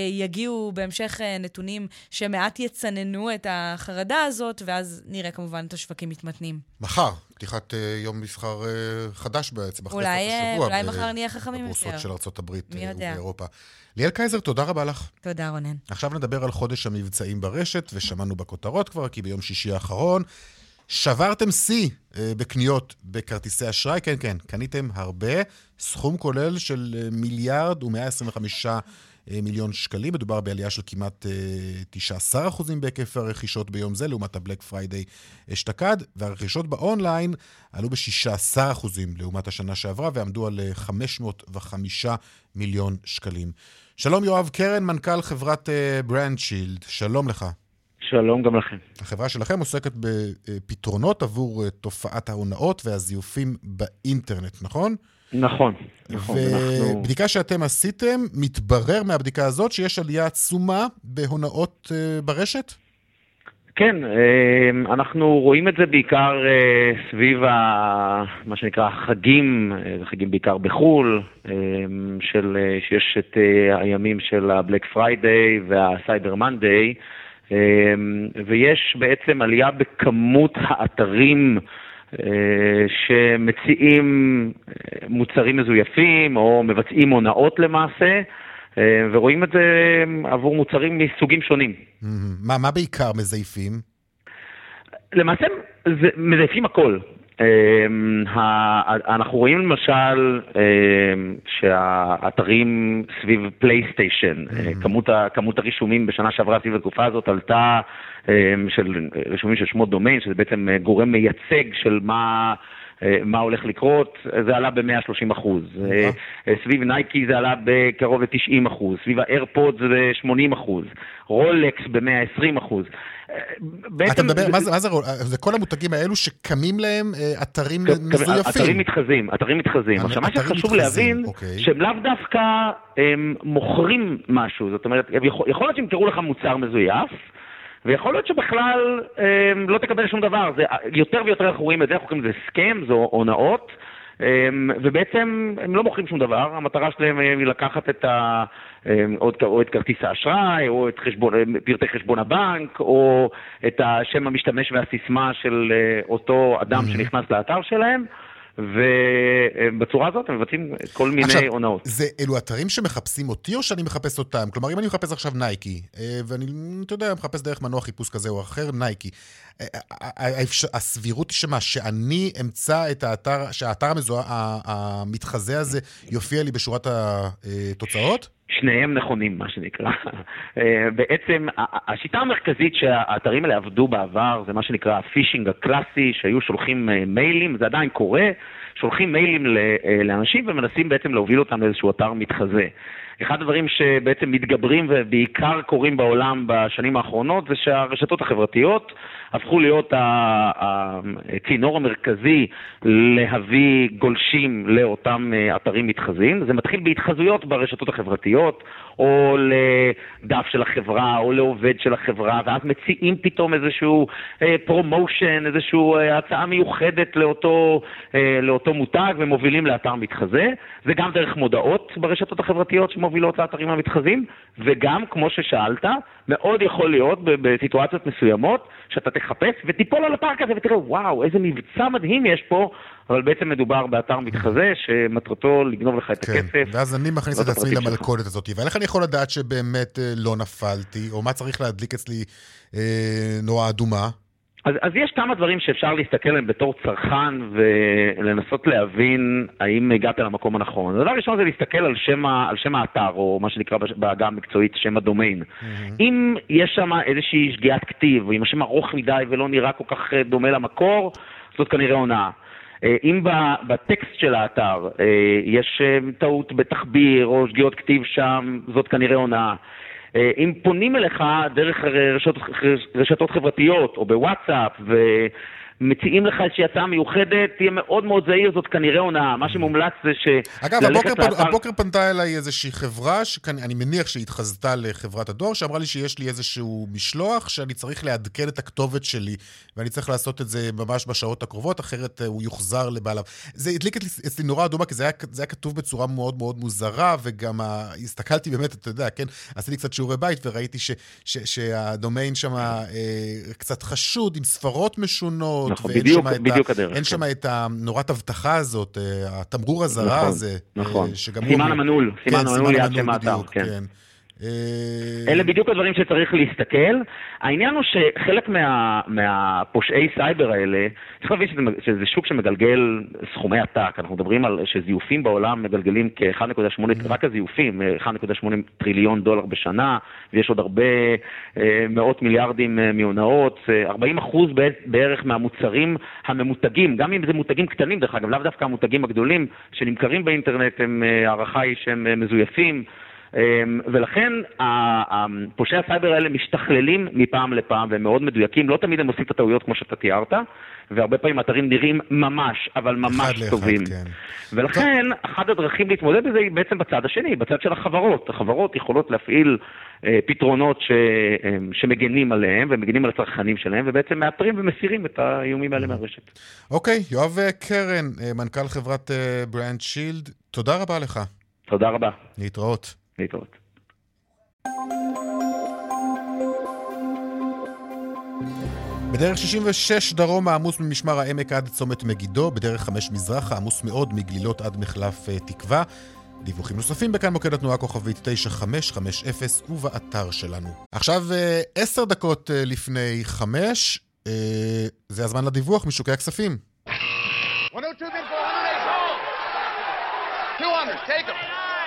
[SPEAKER 5] יגיעו בהמשך נתונים שמעט יצננו את החרדה הזאת, ואז נראה כמובן את השווקים מתמתנים.
[SPEAKER 2] מחר, פתיחת יום מסחר חדש בעצם, אחרי
[SPEAKER 5] אולי,
[SPEAKER 2] סוף השבוע.
[SPEAKER 5] אולי מחר נהיה חכמים יותר.
[SPEAKER 2] בפרוסות של ארצות הברית ובאירופה. ליאל קייזר, תודה רבה לך.
[SPEAKER 5] תודה, רונן.
[SPEAKER 2] עכשיו נדבר על חודש המבצעים ברשת, ושמענו בכותרות כבר, כי ביום שישי האחרון שברתם שיא בקניות בכרטיסי אשראי. כן, כן, קניתם הרבה, סכום כולל של מיליארד ומאה עשרים וחמישה מיליון שקלים. מדובר בעלייה של כמעט תשעה עשר אחוזים בהיקף הרכישות ביום זה, לעומת הבלק פריידיי אשתקד, והרכישות באונליין עלו ב-שישה עשר אחוזים לעומת השנה שעברה, ועמדו על חמש מאות וחמישה מיליון שקלים. שלום יואב קרן, מנכ"ל חברת ברנדשילד, שלום לך.
[SPEAKER 11] שלום גם לכם.
[SPEAKER 2] החברה שלכם עוסקת בפתרונות עבור תופעת ההונאות והזיופים באינטרנט, נכון?
[SPEAKER 11] נכון, נכון.
[SPEAKER 2] ובדיקה אנחנו... שאתם עשיתם, מתברר מהבדיקה הזאת שיש עלייה עצומה בהונאות ברשת?
[SPEAKER 11] כן, אנחנו רואים את זה בעיקר סביב ה, מה שנקרא החגים, חגים בעיקר בחול, של, שיש את הימים של הבלק פריידיי והסייבר מנדיי, ויש בעצם עלייה בכמות האתרים שמציעים מוצרים מזויפים או מבצעים הונאות למעשה, ורואים את זה עבור מוצרים מסוגים שונים.
[SPEAKER 2] מה, מה בעיקר מזייפים?
[SPEAKER 11] למעשה מזייפים הכל. אנחנו רואים למשל שהאתרים סביב פלייסטיישן, כמות הרישומים בשנה שעברה סביב התקופה הזאת עלתה, של רישומים של שמות דומיין, שזה בעצם גורם מייצג של מה... מה הולך לקרות, זה עלה ב-מאה ושלושים אחוז. סביב נייקי זה עלה בקרוב ל-תשעים אחוז. סביב האיירפודס זה שמונים אחוז. רולקס ב-מאה ועשרים אחוז.
[SPEAKER 2] אתה מדבר, מה זה, זה כל המותגים האלו שקמים להם אתרים מזויפים?
[SPEAKER 11] אתרים מתחזים, אתרים מתחזים. עכשיו, מה שחשוב להבין, שהם לאו דווקא מוכרים משהו. זאת אומרת, יכול להיות שהם קראו לך מוצר מזויף, ויכול להיות שבכלל אה, לא תקבל שום דבר. זה, יותר ויותר אנחנו רואים את זה, אנחנו קוראים לזה סקם, זו הונאות, אה, ובעצם הם לא מוכרים שום דבר. המטרה שלהם היא לקחת את ה, אה, או, או את כרטיס האשראי, או את חשבון, פרטי חשבון הבנק, או את השם המשתמש והסיסמה של אה, אותו אדם mm-hmm. שנכנס לאתר שלהם, ובצורה הזאת הם מבצעים כל מיני הונאות.
[SPEAKER 2] זה אלו אתרים שמחפשים אותי או שאני מחפש אותם? כלומר, אם אני מחפש עכשיו נייקי, ואני, אתה יודע, מחפש דרך מנוע חיפוש כזה או אחר, נייקי, הסבירות היא שמה, שאני אמצא את האתר, שהאתר המתחזה הזה יופיע לי בשורת התוצאות?
[SPEAKER 11] שניהם נכונים, מה שנקרא. בעצם, השיטה המרכזית שהאתרים האלה עבדו בעבר, זה מה שנקרא הפישינג הקלאסי, שהיו שולחים מיילים, זה עדיין קורה, שולחים מיילים לאנשים ומנסים בעצם להוביל אותם לאיזשהו אתר מתחזה. אחד הדברים שבעצם מתגברים ובעיקר קורים בעולם בשנים האחרונות, זה שהרשתות החברתיות הפכו להיות הכינור המרכזי להביא גולשים לאותם אתרים מתחזים. זה מתחיל בהתחזויות ברשתות החברתיות, או לדף של החברה, או לעובד של החברה, ואז מציעים פתאום איזשהו פרומושן, איזשהו הצעה מיוחדת לאותו, לאותו מותג, ומובילים לאתר מתחזה. זה גם דרך מודעות ברשתות החברתיות שמובילות לאתרים המתחזים, וגם, כמו ששאלת, מאוד יכול להיות בסיטואציות מסוימות, שאתה תחפש ותיפול על אתר כזה ותראה, וואו, איזה מבצע מדהים יש פה, אבל בעצם מדובר באתר מתחזה שמטרתו לגנוב לך את הכסף.
[SPEAKER 2] ואז אני מכניס את עצמי למלכודת הזאת. ואיך אני יכול לדעת שבאמת לא נפלתי, או מה צריך להדליק אצלי נורה אדומה?
[SPEAKER 11] אז, אז יש כמה דברים שאפשר להסתכל עליהם בתור צרכן ולנסות להבין האם הגעת למקום הנכון. הדבר הראשון זה להסתכל על שם, על שם האתר, או מה שנקרא בעגה המקצועית, שם הדומיין. Mm-hmm. אם יש שם איזושהי שגיאת כתיב, או אם השם ארוך מדי ולא נראה כל כך דומה למקור, זאת כנראה הונאה. אם בטקסט של האתר יש טעות בתחביר או שגיאות כתיב שם, זאת כנראה הונאה. אם פונים אליך דרך רשתות, רשתות חברתיות או בוואטסאפ ומציעים לך איזושהי הצעה מיוחדת, תהיה מאוד מאוד זהיר, זאת כנראה הונאה. מה שמומלץ זה ש...
[SPEAKER 2] אגב, הבוקר, פנ... לאתר... הבוקר פנתה אליי איזושהי חברה, שאני מניח שהיא התחזתה לחברת הדואר, שאמרה לי שיש לי איזשהו משלוח, שאני צריך לעדכן את הכתובת שלי, ואני צריך לעשות את זה ממש בשעות הקרובות, אחרת הוא יוחזר לבעליו. זה הדליק אצלי נורא אדומה, כי זה היה, זה היה כתוב בצורה מאוד מאוד מוזרה, וגם ה... הסתכלתי באמת, אתה יודע, כן, עשיתי קצת שיעורי בית, וראיתי ש... ש... שהדומיין שם אה, קצת חשוד, עם ספרות משונות,
[SPEAKER 11] נכון, בדיוק, בדיוק הדרך.
[SPEAKER 2] אין שם את הנורת הבטחה הזאת, התמרור הזרה הזה.
[SPEAKER 11] נכון, סימן המנעול, סימן המנעול ליד שם האתר, כן. אלה בדיוק הדברים שצריך להסתכל. העניין הוא שחלק מהפושעי סייבר האלה, צריך להבין שזה שוק שמגלגל סכומי עתק. אנחנו מדברים על שזיופים בעולם מגלגלים כ-אחת נקודה שמונה, רק הזיופים, אחת נקודה שמונה טריליון דולר בשנה, ויש עוד הרבה מאות מיליארדים מהונאות, ארבעים אחוז בערך מהמוצרים הממותגים, גם אם זה מותגים קטנים, דרך אגב, לאו דווקא המותגים הגדולים שנמכרים באינטרנט, הם הערכה היא שהם מזויפים, ולכן פושעי הסייבר האלה משתכללים מפעם לפעם והם מאוד מדויקים, לא תמיד הם עושים את הטעויות כמו שאתה תיארת, והרבה פעמים אתרים נראים ממש, אבל ממש טובים. ולכן אחת הדרכים להתמודד בזה היא בעצם בצד השני, בצד של החברות. החברות יכולות להפעיל פתרונות שמגנים עליהם ומגנים על הצרכנים שלהם, ובעצם מאתרים ומסירים את האיומים האלה מהרשת.
[SPEAKER 2] אוקיי, יואב קרן, מנכ"ל חברת ברנד שילד, תודה רבה לך.
[SPEAKER 11] תודה רבה.
[SPEAKER 2] להתראות.
[SPEAKER 11] להתראות.
[SPEAKER 2] בדרך שישים ושש דרום העמוס ממשמר העמק עד צומת מגידו, בדרך חמש מזרח העמוס מאוד מגלילות עד מחלף תקווה. דיווחים נוספים בכאן מוקד התנועה כוכבית תשע חמש חמש אפס ובאתר שלנו. עכשיו עשר דקות לפני חמש, זה הזמן לדיווח משוקי הכספים. Take them.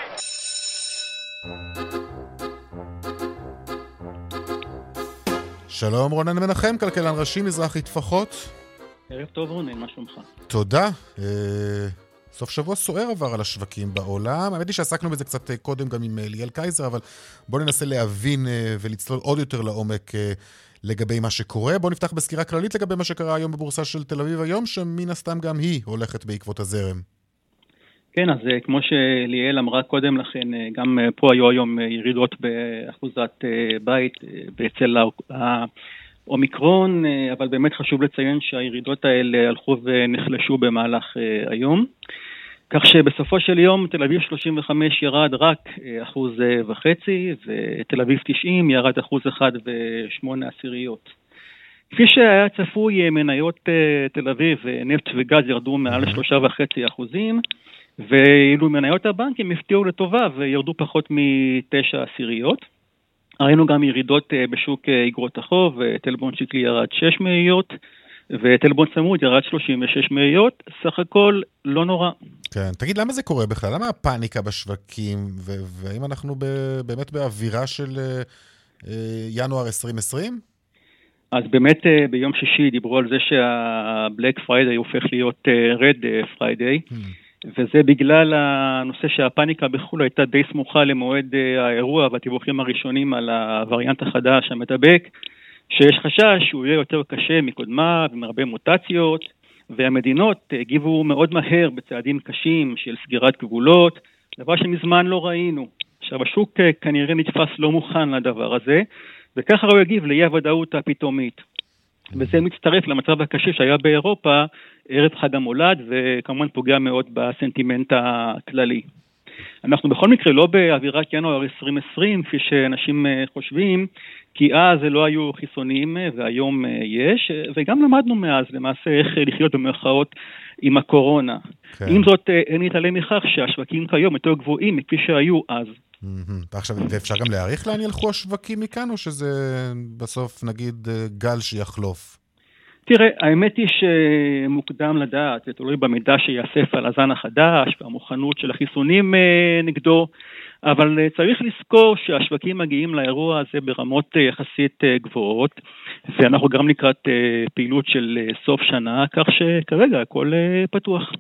[SPEAKER 2] שלום רונן מנחם, כלכלן ראשי מזרחי טפחות.
[SPEAKER 12] ערב טוב רונן, מה שלומך?
[SPEAKER 2] תודה. אה, סוף שבוע סוער עבר על השווקים בעולם. האמת היא שעסקנו בזה קצת קודם גם עם ליאל קייזר, אבל בואו ננסה להבין אה, ולצלול עוד יותר לעומק אה, לגבי מה שקורה. בואו נפתח בסקירה כללית לגבי מה שקרה היום בבורסה של תל אביב היום, שמן הסתם גם היא הולכת בעקבות הזרם.
[SPEAKER 12] כן, אז כמו שליאל אמרה קודם לכן, גם פה היו היום ירידות באחוזת בית אצל האומיקרון, אבל באמת חשוב לציין שהירידות האלה הלכו ונחלשו במהלך היום, כך שבסופו של יום תל אביב שלושים וחמש ירד רק אחוז וחצי, ותל אביב תשעים ירד אחוז אחד ושמונה עשיריות. כפי שהיה צפוי, מניות תל אביב, נפט וגז ירדו מעל שלושה וחצי אחוזים, ואילו מניות הבנקים הפתיעו לטובה וירדו פחות מתשע עשיריות. ראינו גם ירידות בשוק אגרות החוב, טלבון שקלי ירד שש מאיות, וטלבון צמוד ירד שלושים ושש מאיות, סך הכל לא נורא.
[SPEAKER 2] כן, תגיד, למה זה קורה בכלל? למה הפאניקה בשווקים, והאם אנחנו באמת באווירה של ינואר עשרים עשרים?
[SPEAKER 12] אז באמת ביום שישי דיברו על זה שהבלק פריידיי הופך להיות רד פריידיי, וזה בגלל הנושא שהפאניקה בחו"ל הייתה די סמוכה למועד האירוע והדיווחים הראשונים על הווריאנט החדש המדבק, שיש חשש שהוא יהיה יותר קשה מקודמה ומרבה מוטציות, והמדינות הגיבו מאוד מהר בצעדים קשים של סגירת גבולות, דבר שמזמן לא ראינו. עכשיו השוק כנראה נתפס לא מוכן לדבר הזה, וככה הוא יגיב לאי הוודאות הפתאומית. וזה מצטרף למצב הקשה שהיה באירופה ערב חג המולד, וכמובן פוגע מאוד בסנטימנט הכללי. אנחנו בכל מקרה לא באווירת ינואר עשרים עשרים, כפי שאנשים חושבים, כי אז לא היו חיסונים והיום יש, וגם למדנו מאז למעשה איך לחיות במרכאות עם הקורונה. כן. עם זאת, אין להתעלם מכך שהשווקים כיום יותר גבוהים מכפי שהיו אז.
[SPEAKER 2] ועכשיו, ואפשר גם להעריך לאן ילכו השווקים מכאן, או שזה בסוף נגיד גל שיחלוף?
[SPEAKER 12] תראה, האמת היא שמוקדם לדעת, זה תלוי במידע שיאסף על הזן החדש והמוכנות של החיסונים נגדו, אבל צריך לזכור שהשווקים מגיעים לאירוע הזה ברמות יחסית גבוהות, ואנחנו גם לקראת פעילות של סוף שנה, כך שכרגע הכל פתוח.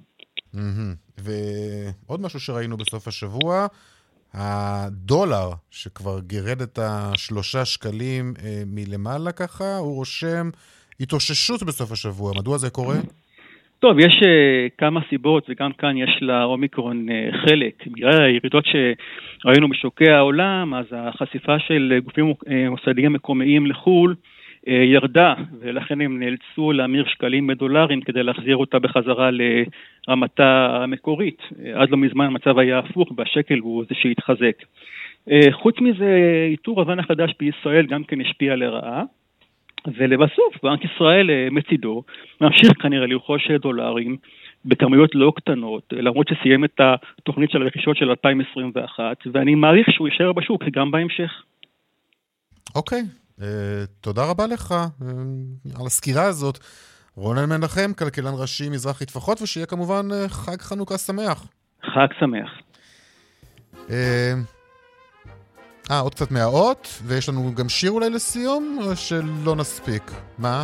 [SPEAKER 2] ועוד משהו שראינו בסוף השבוע, הדולר שכבר גירד את השלושה שקלים מלמעלה ככה, הוא רושם התאוששות בסוף השבוע. מדוע זה קורה?
[SPEAKER 12] טוב, יש uh, כמה סיבות, וגם כאן יש לאומיקרון uh, חלק. בגלל הירידות שראינו בשוקי העולם, אז החשיפה של גופים uh, מוסדיים מקומיים לחול uh, ירדה, ולכן הם נאלצו להמיר שקלים בדולרים כדי להחזיר אותה בחזרה לרמתה המקורית. Uh, עד לא מזמן המצב היה הפוך, והשקל הוא זה שהתחזק. Uh, חוץ מזה, איתור הזן החדש בישראל גם כן השפיע לרעה, ולבסוף, בנק ישראל מצידו, ממשיך כנראה לרכוש דולרים בכמויות לא קטנות, למרות שסיים את התוכנית של הרכישות של אלפיים עשרים ואחת, ואני מעריך שהוא יישאר בשוק גם בהמשך.
[SPEAKER 2] אוקיי, תודה רבה לך על הסקירה הזאת. רונן מנחם, כלכלן ראשי מזרחי טפחות, ושיהיה כמובן חג חנוכה שמח.
[SPEAKER 12] חג שמח.
[SPEAKER 2] אה, עוד קצת מהאות, ויש לנו גם שיר אולי לסיום, או שלא נספיק? מה?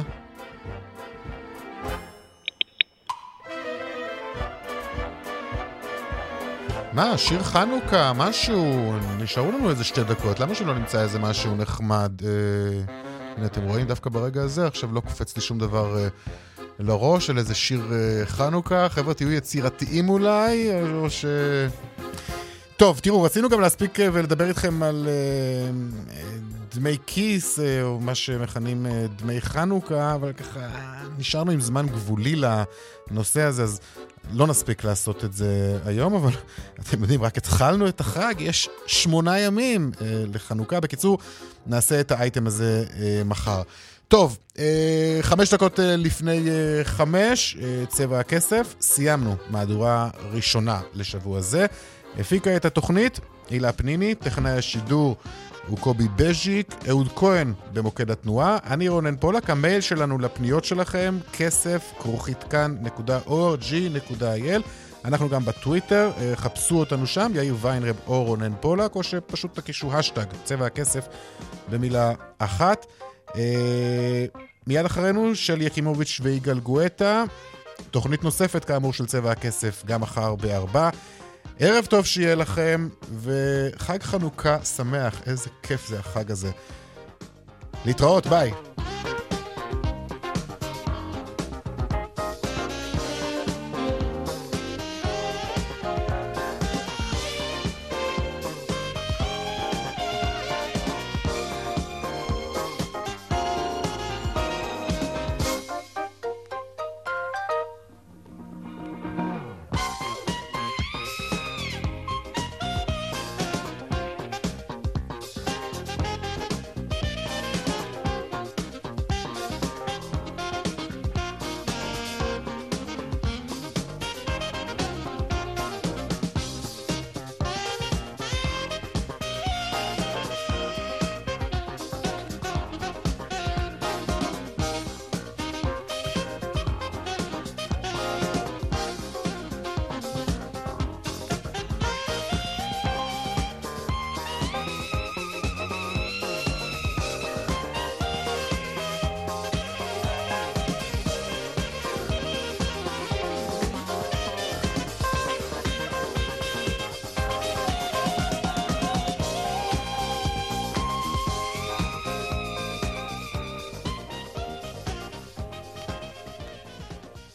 [SPEAKER 2] מה, שיר חנוכה, משהו, נשארו לנו איזה שתי דקות, למה שלא נמצא איזה משהו נחמד? אה, הנה, אתם רואים דווקא ברגע הזה, עכשיו לא קופץ לי שום דבר אה, לראש, על איזה שיר אה, חנוכה, חבר'ה תהיו יצירתיים אולי, או ש... טוב, תראו, רצינו גם להספיק ולדבר איתכם על uh, דמי כיס, uh, או מה שמכנים uh, דמי חנוכה, אבל ככה נשארנו עם זמן גבולי לנושא הזה, אז לא נספיק לעשות את זה היום, אבל אתם יודעים, רק התחלנו את החג, יש שמונה ימים uh, לחנוכה. בקיצור, נעשה את האייטם הזה uh, מחר. טוב, uh, חמש דקות uh, לפני uh, חמש, uh, צבע הכסף, סיימנו מהדורה ראשונה לשבוע זה. הפיקה את התוכנית הילה פניני, טכנאי השידור הוא קובי בז'יק, אהוד כהן במוקד התנועה, אני רונן פולק. המייל שלנו לפניות שלכם, כסף כרוכית כאן נקודה או אר ג'י נקודה איי אל. אנחנו גם בטוויטר, חפשו אותנו שם, יאיר ויינרב או רונן פולק, או שפשוט תקישו השטג צבע הכסף במילה אחת. מיד אחרינו של יקימוביץ' ויגאל גואטה, תוכנית נוספת כאמור של צבע הכסף גם מחר בארבע. ערב טוב שיהיה לכם, וחג חנוכה שמח, איזה כיף זה החג הזה. להתראות, ביי.